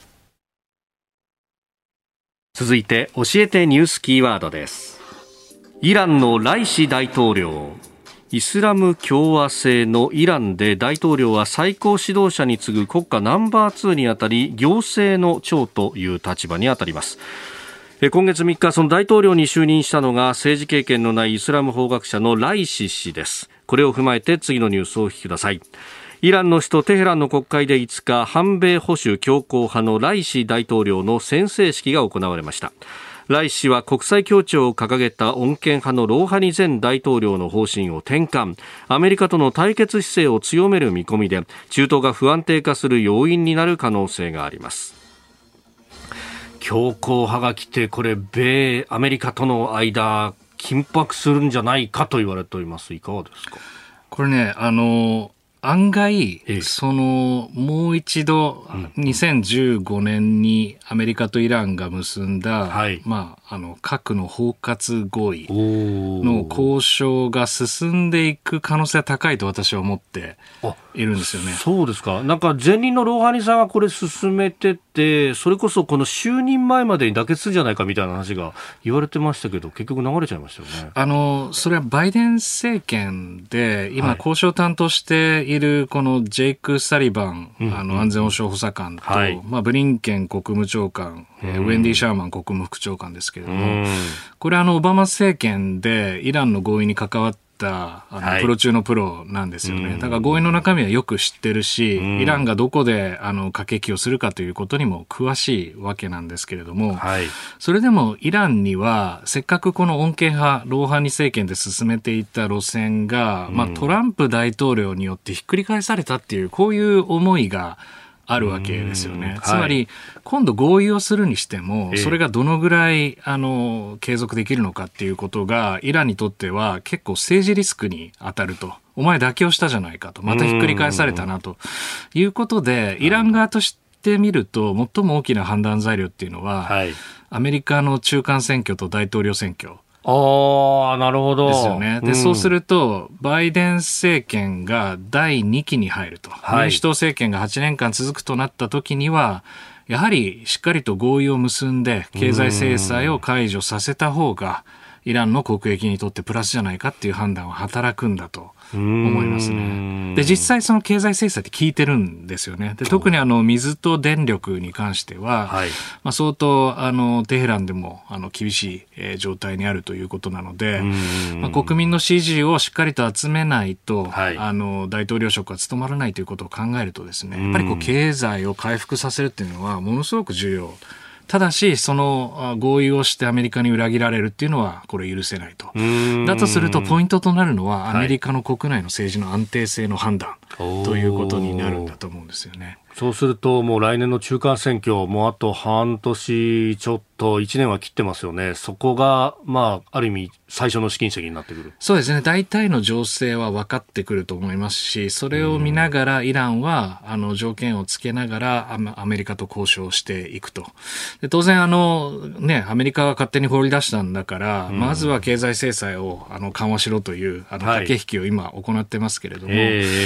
続いて教えてニュースキーワードです。イランのライシ大統領。イスラム共和制のイランで大統領は最高指導者に次ぐ国家ナンバーツーにあたり、行政の長という立場にあたります。今月みっか、その大統領に就任したのが政治経験のないイスラム法学者のライシ氏です。これを踏まえて次のニュースをお聞きください。イランの首都テヘランの国会でいつか、反米保守強硬派のライシ大統領の宣誓式が行われました。ライシ氏は国際協調を掲げた穏健派のローハニ前大統領の方針を転換、アメリカとの対決姿勢を強める見込みで、中東が不安定化する要因になる可能性があります。強硬派が来て、これ米アメリカとの間緊迫するんじゃないかと言われております。いかがですか。 これね、あの案外、ええ、そのもう一度、うん、にせんじゅうごねんにアメリカとイランが結んだ、はい、まあ、あの核の包括合意の交渉が進んでいく可能性は高いと私は思っているんですよね。 そうですか。なんか前任のローハニさんがこれ進めてて、それこそこの就任前までに妥結するんじゃないかみたいな話が言われてましたけど、結局流れちゃいましたよね。 あのそれはバイデン政権で今交渉担当しているこのジェイク・サリバン、はい、あの安全保障補佐官と、はい、まあ、ブリンケン国務長官、ウェンディ・シャーマン国務副長官ですけれども、これはあのオバマ政権でイランの合意に関わったあの、はい、プロ中のプロなんですよね。だから合意の中身はよく知ってるし、イランがどこであの駆け引きをするかということにも詳しいわけなんですけれども、はい、それでもイランにはせっかくこの穏健派ローハニ政権で進めていた路線が、まあ、トランプ大統領によってひっくり返されたっていう、こういう思いがあるわけですよね。つまり、はい、今度合意をするにしても、それがどのぐらいあの継続できるのかっていうことがイランにとっては結構政治リスクに当たると。お前妥協したじゃないかと、またひっくり返されたなということで、イラン側としてみると最も大きな判断材料っていうのは、はい、アメリカの中間選挙と大統領選挙。 ああ、なるほど。 ですよね。で、うん、そうすると、バイデン政権がだいにきに入ると。はい、民主党政権がはちねんかん続くとなった時には、やはりしっかりと合意を結んで、経済制裁を解除させた方が、イランの国益にとってプラスじゃないかっていう判断は働くんだと思いますね。で、実際その経済制裁って効いてるんですよね。で、特にあの水と電力に関しては、はい、まあ、相当あのテヘランでもあの厳しい、えー、状態にあるということなので、まあ、国民の支持をしっかりと集めないと、はい、あの大統領職は務まらないということを考えるとですね、やっぱりこう経済を回復させるっていうのはものすごく重要。ただし、その合意をしてアメリカに裏切られるっていうのは、これ許せないと。だとすると、ポイントとなるのは、アメリカの国内の政治の安定性の判断ということになるんだと思うんですよね。 そうすると、もう来年の中間選挙、もうあと半年ちょっと、いちねんは切ってますよね。そこが、まあ、ある意味、最初の試金石になってくる。 そうですね。大体の情勢は分かってくると思いますし、それを見ながら、イランは、あの、条件をつけながら、アメリカと交渉していくと。で、当然、あの、ね、アメリカが勝手に放り出したんだから、うん、まずは経済制裁を、あの、緩和しろという、あの、駆け引きを今行ってますけれども、はい、まあ、同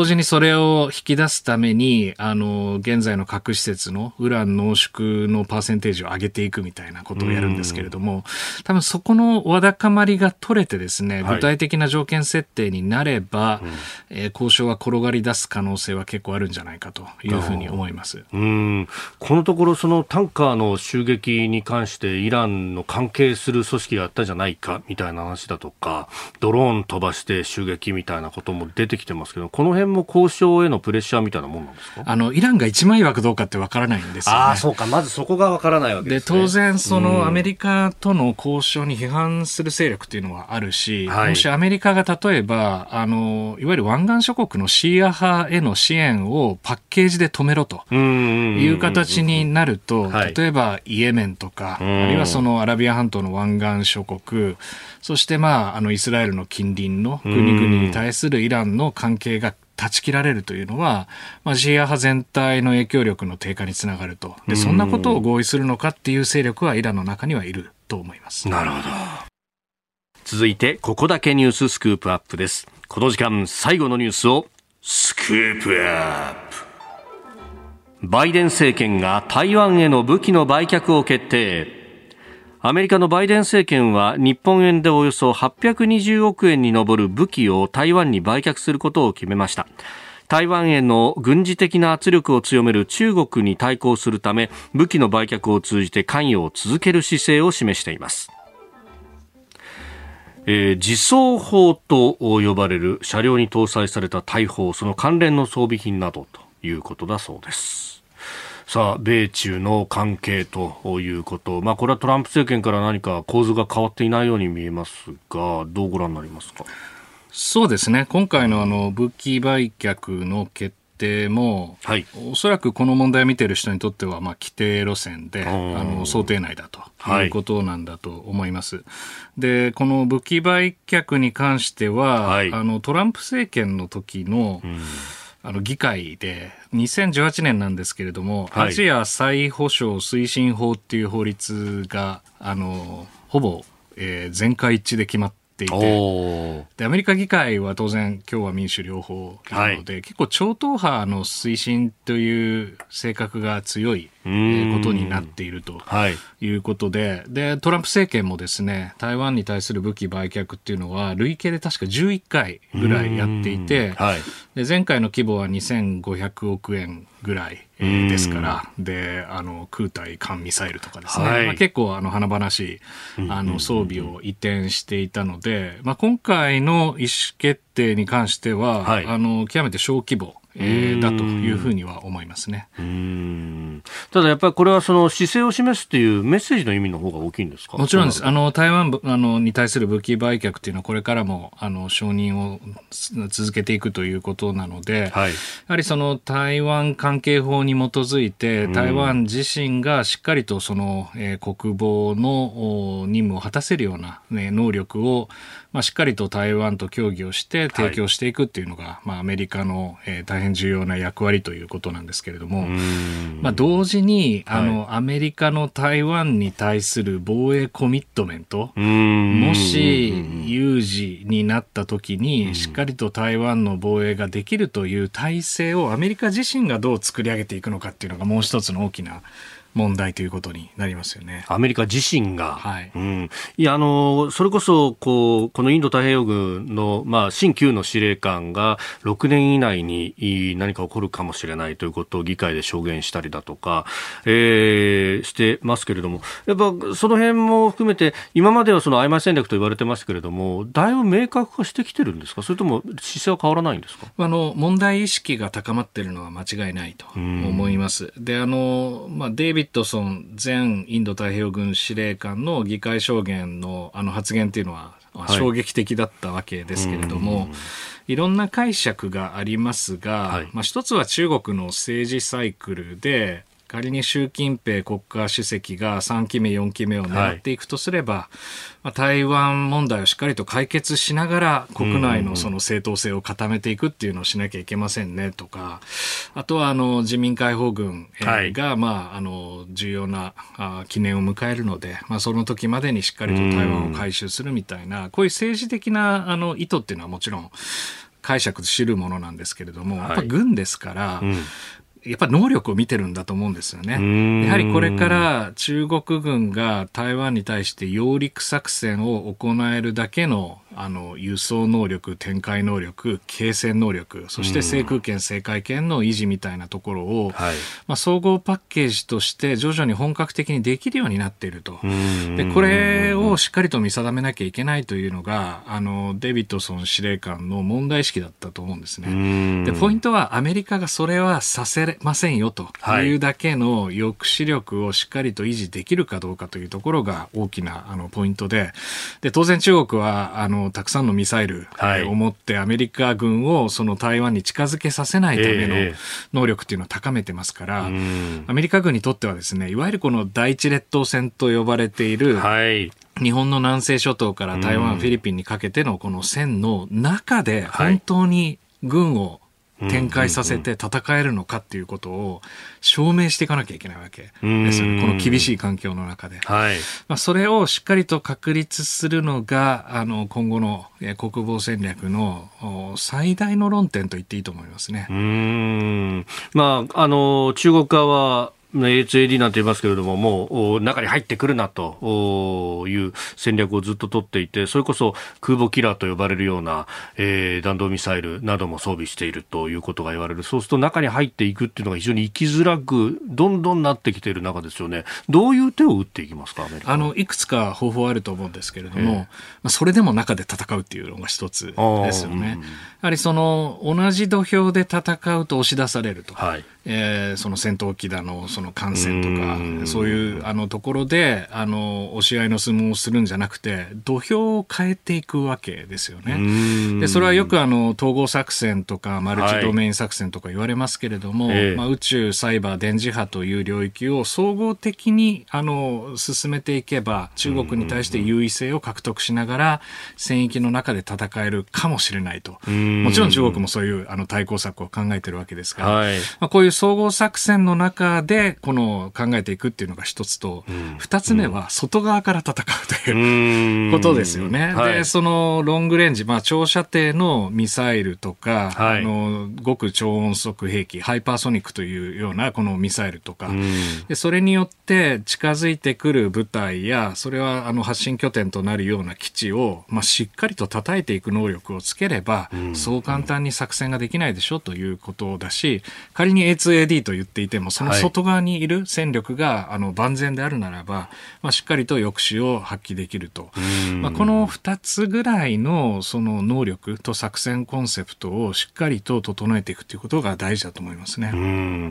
同時にそれを引き出すために、あの、現在の核施設のウラン濃縮のパーセンテージを上げていくみたいなことをやるんですけれども、多分そこのわだかまりが取れてですね、具体的な条件設定になれば、はい、えー、交渉は転がり出す可能性は結構あるんじゃないかというふうに思います。 うん、このところそのタンカーの襲撃に関してイランの関係する組織があったじゃないかみたいな話だとか、ドローン飛ばして襲撃みたいなことも出てきてますけど、この辺も交渉へのプレッシャーみたいなもんなんですか？ あのイランが一枚枠どうかってわからないんですよね。 ああ、そうか、まずそこがわからないわけですね。 で、当然そのアメリカとの交渉に批判する勢力っていうのはあるし、はい、もしアメリカが例えばあのいわゆる湾岸諸国のシーア派への支援をパッケージで止めろという形になると、例えばイエメンとか、あるいはそのアラビア半島の湾岸諸国、そしてまああのイスラエルの近隣の国々に対するイランの関係が断ち切られるというのは、まあ、シーア派全体の影響力の低下につながると。で、そんなことを合意するのかっていう勢力はイランの中にはいると思います。 なるほど。続いてここだけニューススクープアップです。この時間最後のニュースをスクープアップ。バイデン政権が台湾への武器の売却を決定。アメリカのバイデン政権は日本円でおよそはっぴゃくにじゅうおくえんに上る武器を台湾に売却することを決めました。台湾への軍事的な圧力を強める中国に対抗するため、武器の売却を通じて関与を続ける姿勢を示しています。えー、自走砲と呼ばれる車両に搭載された大砲、その関連の装備品などということだそうです。さあ、米中の関係ということ、まあ、これはトランプ政権から何か構図が変わっていないように見えますが、どうご覧になりますか？ そうですね、今回のあの武器売却の決定も、はい、おそらくこの問題を見ている人にとってはまあ規定路線で、あの想定内だということなんだと思います。はい、で、この武器売却に関しては、はい、あのトランプ政権の時の、うん、あの議会でにせんじゅうはちねんなんですけれども、はい、アジア再保障推進法っていう法律があのほぼ、えー、全会一致で決まっていて、でアメリカ議会は当然共和民主両方なので、はい、結構超党派の推進という性格が強いことになっているということで、はい、でトランプ政権もですね、台湾に対する武器売却っていうのは累計で確かじゅういっかいぐらいやっていて、はい、で前回の規模はにせんごひゃくおくえんぐらいですから、であの空対艦ミサイルとかですね、はい、まあ、結構あの華々しいあの装備を移転していたので、まあ、今回の意思決定に関しては、はい、あの極めて小規模えー、だというふうには思いますね。 うーん、ただやっぱりこれはその姿勢を示すというメッセージの意味の方が大きいんですか？ もちろんです。あの台湾あのに対する武器売却というのはこれからもあの承認を続けていくということなので、はい、やはりその台湾関係法に基づいて台湾自身がしっかりとその、えー、国防の任務を果たせるような、ね、能力をまあ、しっかりと台湾と協議をして提供していくっていうのが、はい、まあ、アメリカの、えー、大変重要な役割ということなんですけれども、まあ、同時にあの、はい、アメリカの台湾に対する防衛コミットメント、もし有事になった時にしっかりと台湾の防衛ができるという体制をアメリカ自身がどう作り上げていくのかっていうのがもう一つの大きな問題ということになりますよね。 アメリカ自身が、 はい、 うん、いやあのそれこそこうこのインド太平洋軍の、まあ、新旧の司令官がろくねん以内に何か起こるかもしれないということを議会で証言したりだとか、えー、してますけれども、やっぱその辺も含めて今まではその曖昧戦略と言われてますけれども、だいぶ明確化してきてるんですか？それとも姿勢は変わらないんですか？ あの問題意識が高まっているのは間違いないと思います。であの、まあ、デイビッド・トソン前インド太平洋軍司令官の議会証言のあの発言というのは衝撃的だったわけですけれども、はい、いろんな解釈がありますが、はい、まあ、一つは中国の政治サイクルで仮に習近平国家主席がさんきめよんきめを狙っていくとすれば、はい、まあ、台湾問題をしっかりと解決しながら国内のその正当性を固めていくっていうのをしなきゃいけませんねとか、あとはあの人民解放軍がまああの重要な記念を迎えるので、まあ、その時までにしっかりと台湾を回収するみたいな、こういう政治的なあの意図っていうのはもちろん解釈知るものなんですけれども、 はい、 やっぱ軍ですから、うん、やっぱり能力を見てるんだと思うんですよね。やはりこれから中国軍が台湾に対して揚陸作戦を行えるだけのあの輸送能力、展開能力、継戦能力、そして制空権、制海権の維持みたいなところを、はい、まあ、総合パッケージとして徐々に本格的にできるようになっていると。で、これをしっかりと見定めなきゃいけないというのが、あのデビッドソン司令官の問題意識だったと思うんですね。で、ポイントはアメリカがそれはさせませんよというだけの抑止力をしっかりと維持できるかどうかというところが大きなあのポイントで、で、当然中国はあのたくさんのミサイルを持ってアメリカ軍をその台湾に近づけさせないための能力っていうのを高めてますから、アメリカ軍にとってはですね、いわゆるこの第一列島線と呼ばれている、日本の南西諸島から台湾、フィリピンにかけてのこの線の中で本当に軍を展開させて戦えるのかっていうことを証明していかなきゃいけないわけですよね。この厳しい環境の中で。はい、まあ、それをしっかりと確立するのが、あの、今後の国防戦略の最大の論点と言っていいと思いますね。 うーん。まあ、あの、中国側は、エーツーエーディー なんて言いますけれども、もう中に入ってくるなという戦略をずっと取っていて、それこそ空母キラーと呼ばれるような、えー、弾道ミサイルなども装備しているということが言われる。そうすると中に入っていくっていうのが非常に生きづらくどんどんなってきている中ですよね。どういう手を打っていきますか、アメリカは。 あのいくつか方法あると思うんですけれども、まあ、それでも中で戦うっていうのが一つですよね。やはりその同じ土俵で戦うと押し出されると。はい、えー、その戦闘機だの、その艦船とか、そういうあのところであの押し合いの相撲をするんじゃなくて、土俵を変えていくわけですよね。で、それはよくあの統合作戦とかマルチドメイン作戦とか言われますけれども、はい、まあ、宇宙、サイバー、電磁波という領域を総合的にあの進めていけば、中国に対して優位性を獲得しながら戦域の中で戦えるかもしれないと。もちろん中国もそういうあの対抗策を考えているわけですが、はい、まあ、こういう総合作戦の中でこの考えていくっていうのが一つと、二、うん、つ目は外側から戦うということですよね。はい、で、そのロングレンジ、まあ、長射程のミサイルとか、はい、あの極超音速兵器、ハイパーソニックというようなこのミサイルとか、で、それによって近づいてくる部隊や、それはあの発信拠点となるような基地を、まあ、しっかりと叩いていく能力をつければ、うん、そう簡単に作戦ができないでしょということだし、仮に エーツーエーディー と言っていても、その外側にいる戦力が、はい、あの万全であるならば、まあ、しっかりと抑止を発揮できると。まあ、このふたつぐらいのその能力と作戦コンセプトをしっかりと整えていくということが大事だと思いますね。 うん、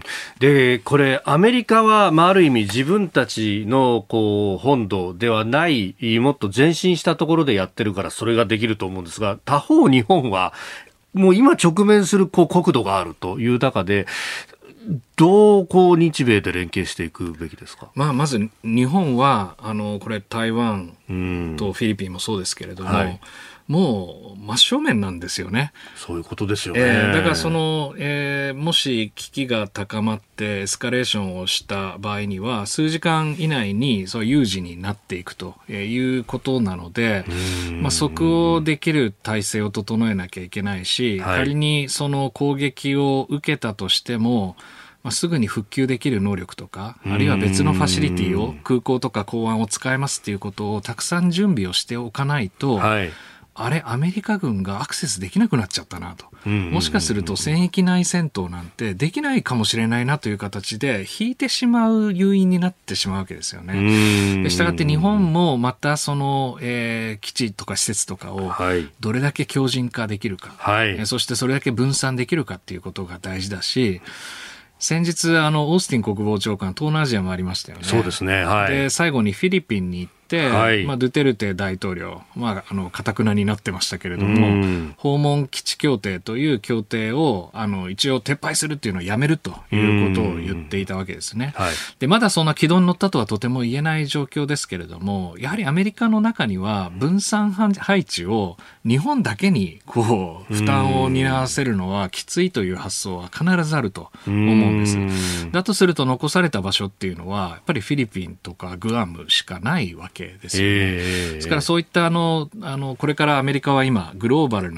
で、これアメリカは、まあ、ある意味自分たちのこう本土ではないもっと前進したところでやってるからそれができると思うんですが、他方日本はもう今直面するこう国土があるという中で、どうこう日米で連携していくべきですか。 まあ、まず日本はあのこれ台湾とフィリピンもそうですけれども、はい、もう真正面なんですよね。 そういうことですよね。 えー、だからその、えー、もし危機が高まってエスカレーションをした場合には数時間以内にそう有事になっていくということなので、まあ、即応できる体制を整えなきゃいけないし、はい、仮にその攻撃を受けたとしても、まあ、すぐに復旧できる能力とか、あるいは別のファシリティを空港とか港湾を使えますっていうことをたくさん準備をしておかないと、はい、あれアメリカ軍がアクセスできなくなっちゃったなと、もしかすると戦域内戦闘なんてできないかもしれないなという形で引いてしまう誘因になってしまうわけですよね。で、したがって日本もまたその、えー、基地とか施設とかをどれだけ強靭化できるか、はい、そしてそれだけ分散できるかっていうことが大事だし、先日あのオースティン国防長官東南アジアもありましたよね。 そうですね、はい、 で最後にフィリピンに行って、はい、まあ、ドゥテルテ大統領、まあ、あの堅くなになってましたけれども、訪問基地協定という協定をあの一応撤廃するっていうのをやめるということを言っていたわけですね。はい、でまだそんな軌道に乗ったとはとても言えない状況ですけれども、やはりアメリカの中には分散配置を日本だけにこう負担を担わせるのはきついという発想は必ずあると思うんです。だとすると残された場所っていうのはやっぱりフィリピンとかグアムしかないわけですよね。えー、ですからそういったあのあのこれからアメリカは今グローバルな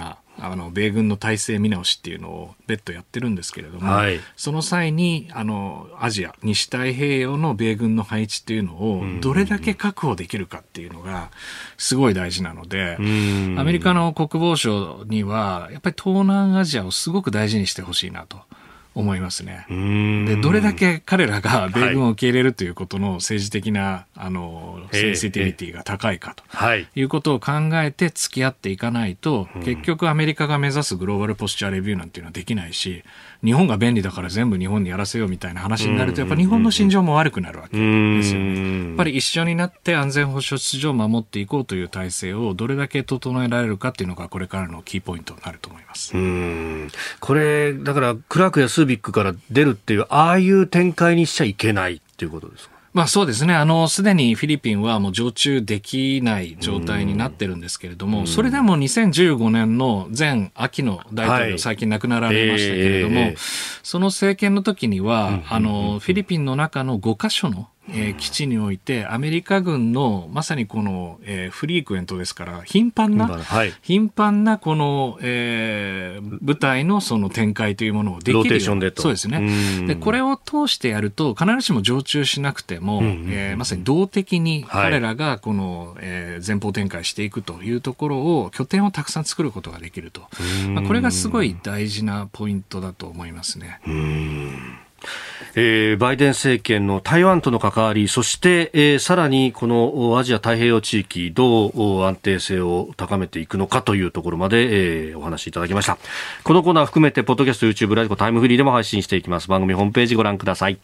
あの米軍の体制見直しっていうのを別途やってるんですけれども、はい、その際にあのアジア西太平洋の米軍の配置っていうのをどれだけ確保できるかっていうのがすごい大事なので、アメリカの国防省にはやっぱり東南アジアをすごく大事にしてほしいなと思いますね。で、どれだけ彼らが米軍を受け入れるということの政治的なあのセンシティビティが高いかということを考えて付き合っていかないと、結局アメリカが目指すグローバルポスチャーレビューなんていうのはできないし、日本が便利だから全部日本にやらせようみたいな話になると、やっぱり日本の心情も悪くなるわけですよね。やっぱり一緒になって安全保障秩序を守っていこうという体制をどれだけ整えられるかっていうのがこれからのキーポイントになると思います。 うーん、これだからクラークやスービックから出るっていうああいう展開にしちゃいけないっていうことですか。 まあそうですね。あの、すでにフィリピンはもう常駐できない状態になってるんですけれども、それでもにせんじゅうごねんの前秋の大統領、最近亡くなられましたけれども、はいえー、その政権の時には、あの、フィリピンの中のごカ所のえー、基地においてアメリカ軍のまさにこの、えー、フリークエントですから頻繁な、はい、頻繁なこの、えー、部隊のその展開というものをできるローテーションでと。 そうですね。でこれを通してやると必ずしも常駐しなくても、うんうんうんえー、まさに動的に彼らがこの、はいえー、前方展開していくというところを拠点をたくさん作ることができると、まあ、これがすごい大事なポイントだと思いますね。 うーんえー、バイデン政権の台湾との関わり、そして、えー、さらにこのアジア太平洋地域どう安定性を高めていくのかというところまで、えー、お話しいただきました。このコーナー含めてポッドキャスト、YouTube、ラジコ、タイムフリーでも配信していきます。番組ホームページご覧ください。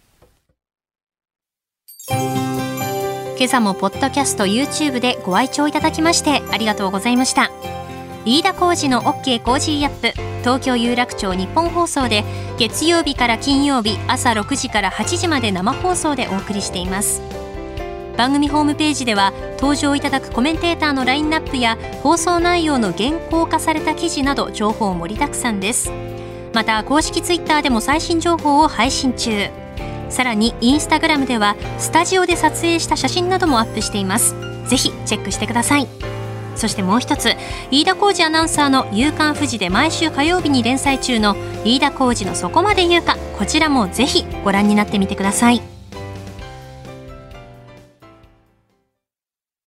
今朝もポッドキャスト YouTube でご愛聴いただきましてありがとうございました。飯田浩司の OK コージーアップ、東京有楽町日本放送で月曜日から金曜日朝ろくじからはちじまで生放送でお送りしています。番組ホームページでは登場いただくコメンテーターのラインナップや放送内容の原稿化された記事など情報盛りだくさんです。また公式ツイッターでも最新情報を配信中。さらにインスタグラムではスタジオで撮影した写真などもアップしています。ぜひチェックしてください。そしてもう一つ、飯田浩司アナウンサーの夕刊フジで毎週火曜日に連載中の飯田浩司のそこまで言うか、こちらもぜひご覧になってみてください。